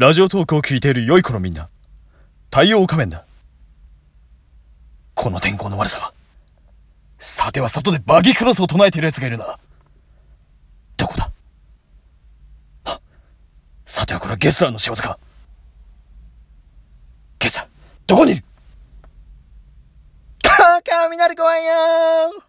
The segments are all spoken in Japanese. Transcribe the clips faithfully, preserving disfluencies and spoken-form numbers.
ラジオトークを聞いている良い子のみんな、太陽仮面だ。この天候の悪さは、さては外でバギクロスを唱えている奴がいるな。どこだ？はっ、さてはこれはゲスラーの仕業か。ゲスラー、どこにいる？かー、雷怖いよー。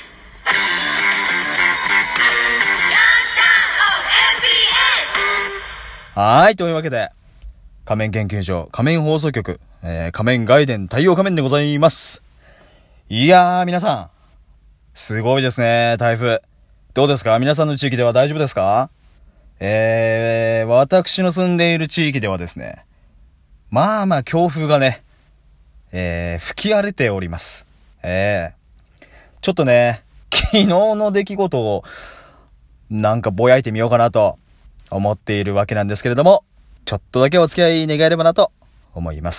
はい、というわけで、仮面研究所、仮面放送局、えー、仮面外伝太陽仮面でございます。いやー、皆さん、すごいですね、台風。どうですか？皆さんの地域では大丈夫ですか？えー、私の住んでいる地域ではですね、まあまあ強風がね、えー、吹き荒れております。えー、ちょっとね、昨日の出来事を、なんかぼやいてみようかなと、思っているわけなんですけれども、ちょっとだけお付き合い願えればなと思います。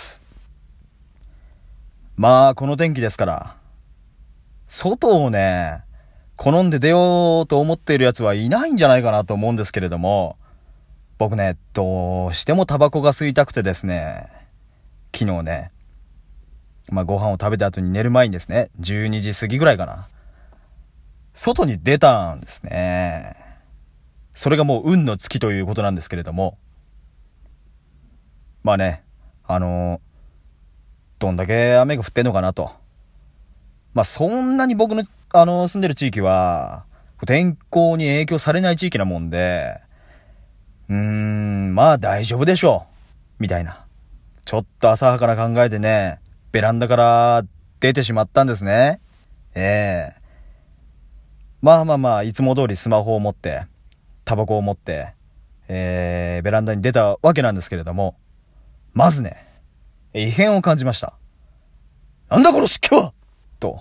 まあこの天気ですから、外をね好んで出ようと思っているやつはいないんじゃないかなと思うんですけれども、僕ねどうしてもタバコが吸いたくてですね、昨日ねまあご飯を食べた後に寝る前にですね、じゅうにじ過ぎぐらいかな、外に出たんですね。それがもう運の尽きということなんですけれども、まあね、あのー、どんだけ雨が降ってんのかなと。まあそんなに僕の、あのー、住んでる地域は天候に影響されない地域なもんで、うーん、まあ大丈夫でしょうみたいな、ちょっと浅はかな考えでね、ベランダから出てしまったんですね。ええー、まあまあまあいつも通りスマホを持ってタバコを持って、えー、ベランダに出たわけなんですけれども、まずね、異変を感じました。なんだこの湿気はと。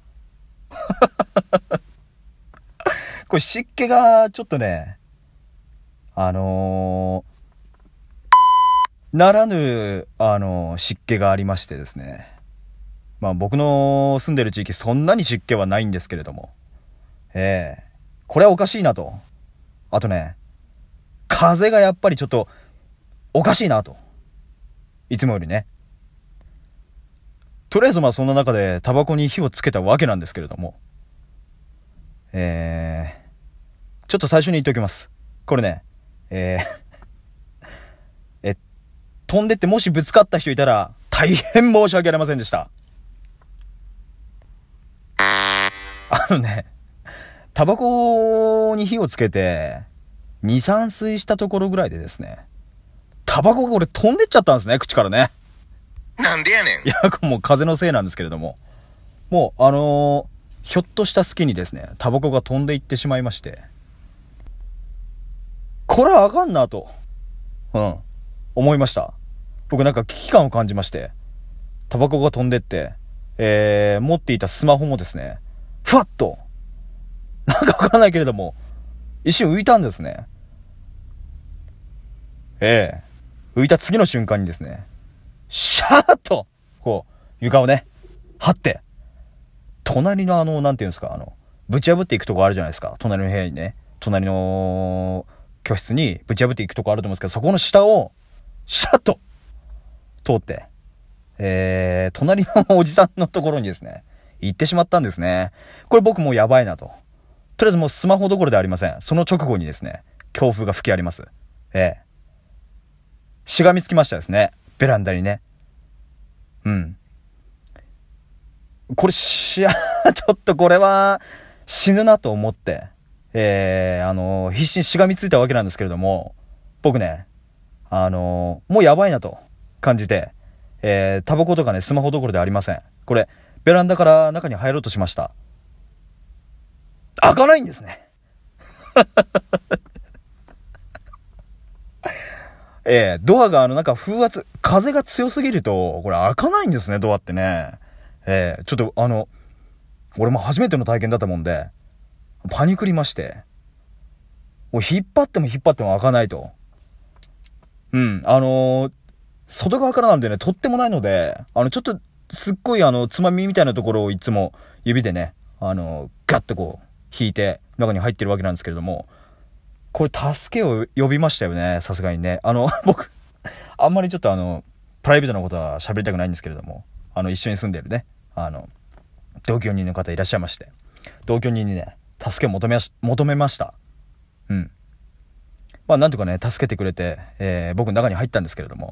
これ湿気がちょっとね、あのー、ならぬ、あのー、湿気がありましてですね。まあ僕の住んでる地域そんなに湿気はないんですけれども、えー、これはおかしいなと。あとね、風がやっぱりちょっとおかしいなと。いつもよりね。とりあえずまあそんな中でタバコに火をつけたわけなんですけれども、えー、ちょっと最初に言っておきます。これね、えー、え、飛んでってもしぶつかった人いたら大変申し訳ありませんでした。あのね、タバコに火をつけてに、さん吸いしたところぐらいでですね、タバコがこれ飛んでっちゃったんですね、口からね。 なんでやねん。 いや、もう風のせいなんですけれども、もうあのー、ひょっとした隙にですね、タバコが飛んでいってしまいまして、これはあかんなと、うん、思いました。僕なんか危機感を感じまして、タバコが飛んでって、えー、持っていたスマホもですね、ふわっと、なんかわからないけれども、一瞬浮いたんですね。ええー、浮いた次の瞬間にですね、シャーッとこう床をね張って、隣のあのなんていうんですか、あのぶち破っていくとこあるじゃないですか、隣の部屋にね、隣の居室にぶち破っていくとこあると思うんですけど、そこの下をシャッと通って、えー、隣のおじさんのところにですね行ってしまったんですね。これ僕もうやばいなと。とりあえずもうスマホどころではありません。その直後にですね、強風が吹き荒れます。ええー、しがみつきましたですね、ベランダにね。うん。これしや、ちょっとこれは死ぬなと思って、えー、あのー、必死にしがみついたわけなんですけれども、僕ね、あのー、もうやばいなと感じて、えー、タバコとかね、スマホどころではありません。これ、ベランダから中に入ろうとしました。開かないんですね。えー、ドアがあのなんか風圧、風が強すぎると、これ開かないんですね、ドアってね。えー、ちょっとあの、俺も初めての体験だったもんで、パニクりまして。もう引っ張っても引っ張っても開かないと。うん、あのー、外側からなんでね、とってもないので、あの、ちょっと、すっごいあの、つまみみたいなところをいつも指でね、あの、ガッとこう、引いて、中に入ってるわけなんですけれども、これ助けを呼びましたよね、さすがにね。あの、僕、 あんまりちょっとあのプライベートなことは喋りたくないんですけれども、あの一緒に住んでるねあの同居人の方いらっしゃいまして、同居人にね助けを求めまし求めました。うんまあなんとかね助けてくれて、えー、僕の中に入ったんですけれども、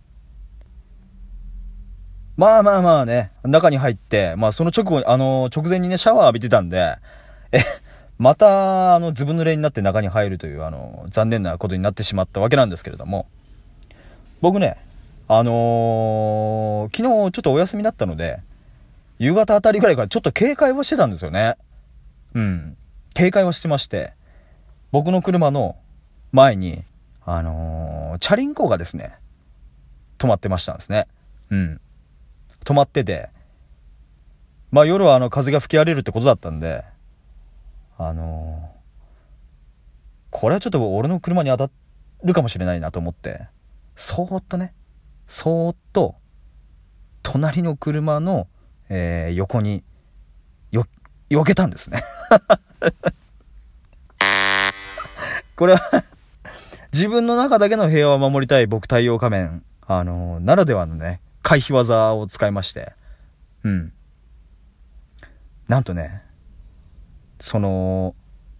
まあまあまあね中に入って、まあその直後あの直前にねシャワー浴びてたんで、えまたあのずぶ濡れになって中に入るというあの残念なことになってしまったわけなんですけれども、僕ねあのー、昨日ちょっとお休みだったので夕方あたりぐらいからちょっと警戒はしてたんですよね。うん警戒はしてまして、僕の車の前にあのー、チャリンコがですね止まってましたんですね。うん止まってて、まあ夜はあの風が吹き荒れるってことだったんで、あのー、これはちょっと俺の車に当たるかもしれないなと思って、そーっとねそーっと隣の車の、えー、横によ避けたんですねこれは自分の中だけの平和を守りたい僕太陽仮面、あのー、ならではのね回避技を使いまして、うんなんとねその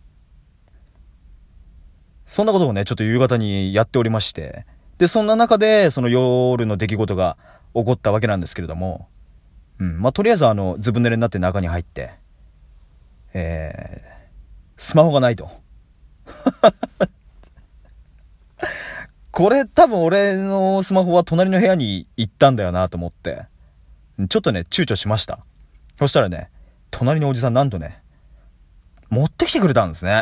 そんなことをねちょっと夕方にやっておりまして、でそんな中でその夜の出来事が起こったわけなんですけれども、うんまあとりあえずあのずぶ濡れになって中に入って、えー、スマホがないとこれ多分俺のスマホは隣の部屋に行ったんだよなと思ってちょっとね躊躇しました。そしたらね隣のおじさんなんとね持ってきてくれたんですね。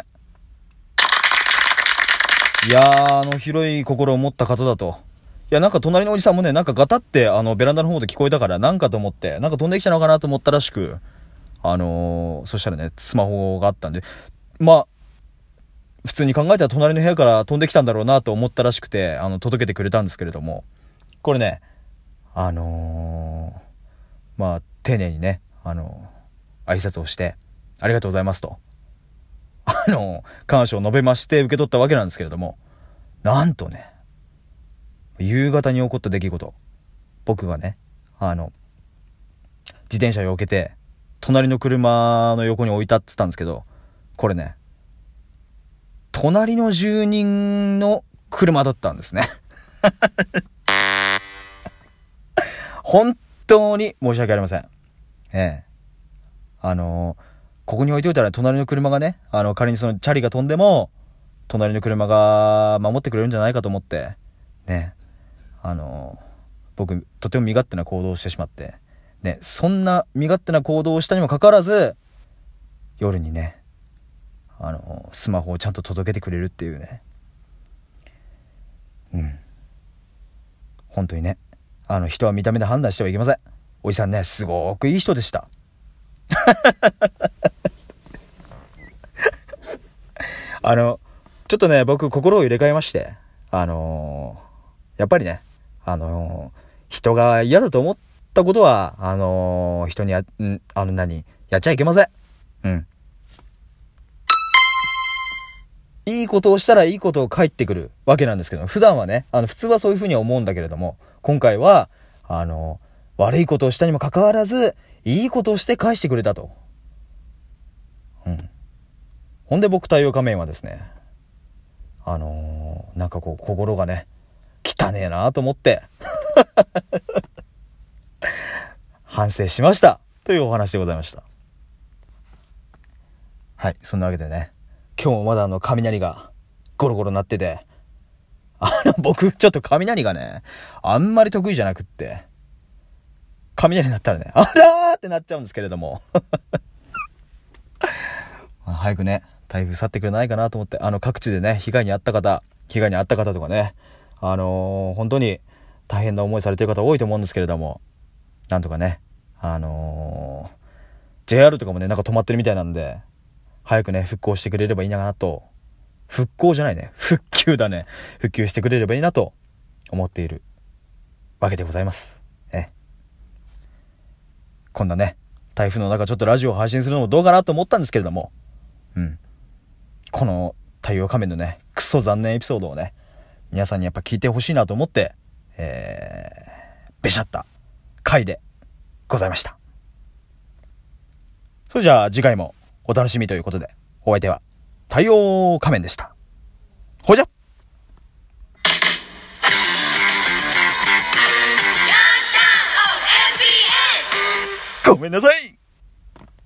いやーあの広い心を持った方だと。いやなんか隣のおじさんもねなんかガタってあのベランダの方で聞こえたからなんかと思ってなんか飛んできたのかなと思ったらしく、あのー、そしたらねスマホがあったんで、まあ普通に考えたら隣の部屋から飛んできたんだろうなと思ったらしくて、あの届けてくれたんですけれども、これねあのー、まあ丁寧にねあのー、挨拶をしてありがとうございますとあのー、感謝を述べまして受け取ったわけなんですけれども、なんとね夕方に起こった出来事、僕がねあの自転車を避けて隣の車の横に置いたって言ったんですけど、これね隣の住人の車だったんですね本当に申し訳ありません。ええあのー、ここに置いておいたら隣の車がねあの仮にそのチャリが飛んでも隣の車が守ってくれるんじゃないかと思ってね、あのー、僕とても身勝手な行動をしてしまってね、そんな身勝手な行動をしたにもかかわらず夜にねあのー、スマホをちゃんと届けてくれるっていうね、うん本当にねあの人は見た目で判断してはいけません。おじさんねすごくいい人でしたあのちょっとね僕心を入れ替えまして、あのー、やっぱりねあのー、人が嫌だと思ったことはあのー、人にやんあの何やっちゃいけません。うんいいことをしたらいいことを返ってくるわけなんですけど、普段はねあの普通はそういうふうに思うんだけれども、今回はあの悪いことをしたにもかかわらずいいことをして返してくれたと。うんほんで僕太陽仮面はですねあのー、なんかこう心がね汚ねえなと思って反省しましたというお話でございました。はいそんなわけでね今日もまだあの雷がゴロゴロ鳴ってて、あの僕ちょっと雷がねあんまり得意じゃなくって、雷鳴ったらねあらーってなっちゃうんですけれども早くね台風去ってくれないかなと思って、あの各地でね被害に遭った方被害に遭った方とかねあのー、本当に大変な思いされている方多いと思うんですけれども、なんとかねあのー、ジェイアール とかもねなんか止まってるみたいなんで早くね復興してくれればいいなと、復興じゃないね復旧だね復旧してくれればいいなと思っているわけでございます。えこんなね台風の中ちょっとラジオを配信するのもどうかなと思ったんですけれども、うんこの太陽仮面のねクソ残念エピソードをね皆さんにやっぱ聞いてほしいなと思って、 えー、べしゃった回でございました。それじゃあ次回もお楽しみということで、お相手は太陽仮面でした。ほいじゃごめんなさい。